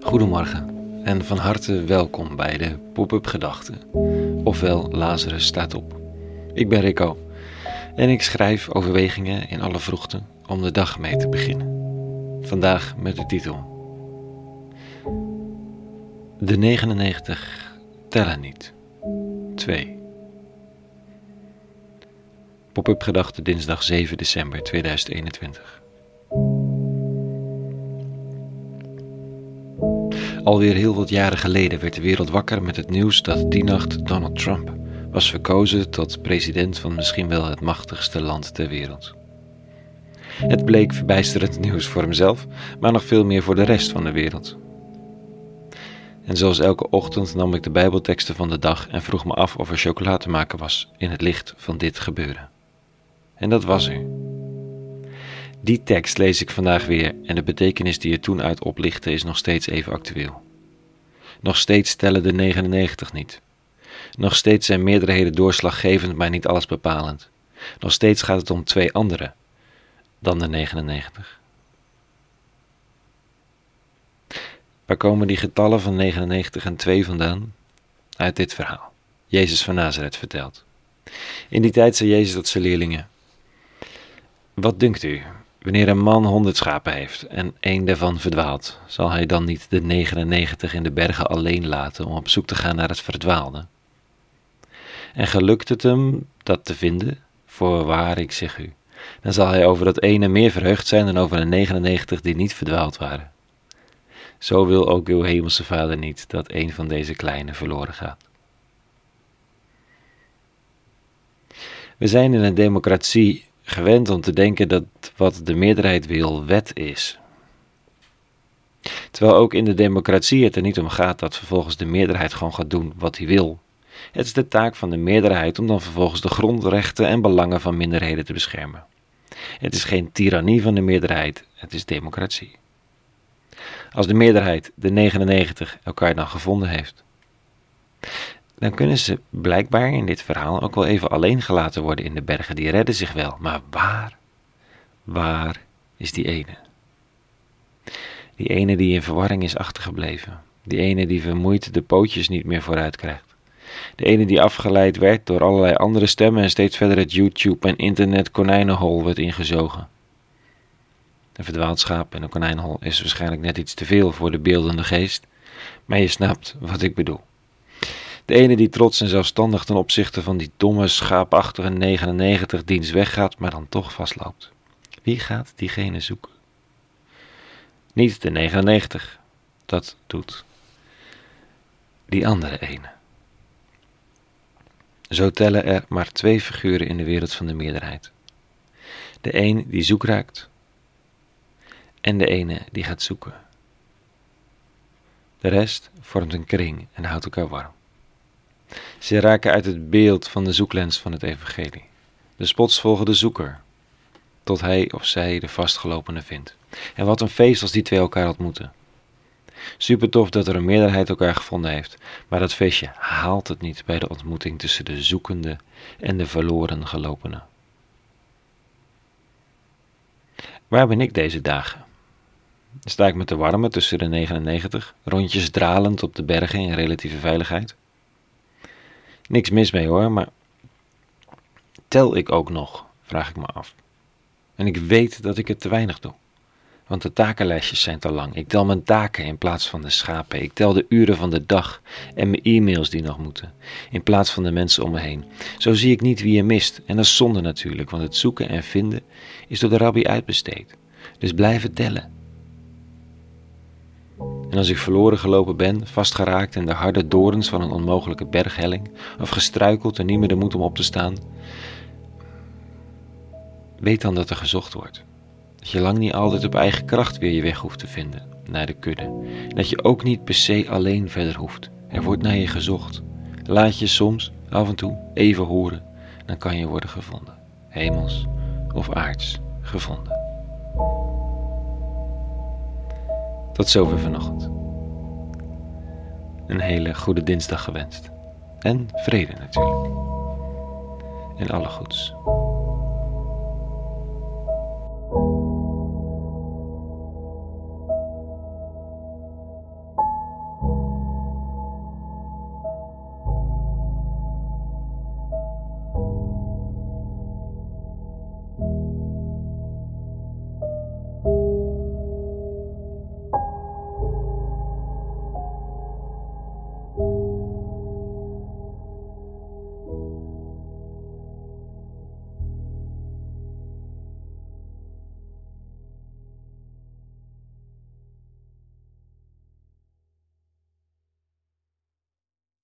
Goedemorgen en van harte welkom bij de Pop-up Gedachten, ofwel Lazarus staat op. Ik ben Rico en ik schrijf overwegingen in alle vroegte om de dag mee te beginnen. Vandaag met de titel: De 99 tellen niet. 2. Pop-up Gedachten dinsdag 7 december 2021. Alweer heel wat jaren geleden werd de wereld wakker met het nieuws dat die nacht Donald Trump was verkozen tot president van misschien wel het machtigste land ter wereld. Het bleek verbijsterend nieuws voor hemzelf, maar nog veel meer voor de rest van de wereld. En zoals elke ochtend nam ik de Bijbelteksten van de dag en vroeg me af of er chocola te maken was in het licht van dit gebeuren. En dat was er. Die tekst lees ik vandaag weer en de betekenis die er toen uit oplichtte is nog steeds even actueel. Nog steeds tellen de 99 niet. Nog steeds zijn meerderheden doorslaggevend, maar niet alles bepalend. Nog steeds gaat het om 2 andere dan de 99. Waar komen die getallen van 99 en 2 vandaan? Uit dit verhaal. Jezus van Nazareth vertelt. In die tijd zei Jezus tot zijn leerlingen: Wat dunkt u? Wanneer een man 100 schapen heeft en 1 daarvan verdwaalt, zal hij dan niet de 99 in de bergen alleen laten om op zoek te gaan naar het verdwaalde? En gelukt het hem dat te vinden? Voorwaar, ik zeg u, dan zal hij over dat ene meer verheugd zijn dan over de 99 die niet verdwaald waren. Zo wil ook uw hemelse Vader niet dat een van deze kleinen verloren gaat. We zijn in een democratie gewend om te denken dat wat de meerderheid wil wet is. Terwijl ook in de democratie het er niet om gaat dat vervolgens de meerderheid gewoon gaat doen wat hij wil. Het is de taak van de meerderheid om dan vervolgens de grondrechten en belangen van minderheden te beschermen. Het is geen tirannie van de meerderheid, het is democratie. Als de meerderheid, de 99, elkaar dan gevonden heeft, dan kunnen ze blijkbaar in dit verhaal ook wel even alleen gelaten worden in de bergen. Die redden zich wel, maar waar is die ene? Die ene die in verwarring is achtergebleven. Die ene die vermoeid de pootjes niet meer vooruit krijgt. De ene die afgeleid werd door allerlei andere stemmen en steeds verder het YouTube en internet konijnenhol werd ingezogen. Een verdwaald schaap en een konijnenhol is waarschijnlijk net iets te veel voor de beeldende geest, maar je snapt wat ik bedoel. De ene die trots en zelfstandig ten opzichte van die domme, schaapachtige 99 dienst weggaat, maar dan toch vastloopt. Wie gaat diegene zoeken? Niet de 99, dat doet die andere ene. Zo tellen er maar 2 figuren in de wereld van de meerderheid. De een die zoek raakt en de ene die gaat zoeken. De rest vormt een kring en houdt elkaar warm. Ze raken uit het beeld van de zoeklens van het evangelie. De spots volgen de zoeker, tot hij of zij de vastgelopene vindt. En wat een feest als die 2 elkaar ontmoeten. Super tof dat er een meerderheid elkaar gevonden heeft, maar dat feestje haalt het niet bij de ontmoeting tussen de zoekende en de verloren gelopene. Waar ben ik deze dagen? Sta ik me te warmen tussen de 99, rondjes dralend op de bergen in relatieve veiligheid? Niks mis mee hoor, maar tel ik ook nog, vraag ik me af. En ik weet dat ik het te weinig doe, want de takenlijstjes zijn te lang. Ik tel mijn taken in plaats van de schapen. Ik tel de uren van de dag en mijn e-mails die nog moeten, in plaats van de mensen om me heen. Zo zie ik niet wie je mist, en dat is zonde natuurlijk, want het zoeken en vinden is door de rabbi uitbesteed. Dus blijven tellen. En als ik verloren gelopen ben, vastgeraakt in de harde dorens van een onmogelijke berghelling, of gestruikeld en niet meer de moed om op te staan, weet dan dat er gezocht wordt. Dat je lang niet altijd op eigen kracht weer je weg hoeft te vinden naar de kudde. En dat je ook niet per se alleen verder hoeft. Er wordt naar je gezocht. Laat je soms, af en toe, even horen. Dan kan je worden gevonden. Hemels of aards gevonden. Tot zover vanochtend. Een hele goede dinsdag gewenst. En vrede natuurlijk. En alle goeds.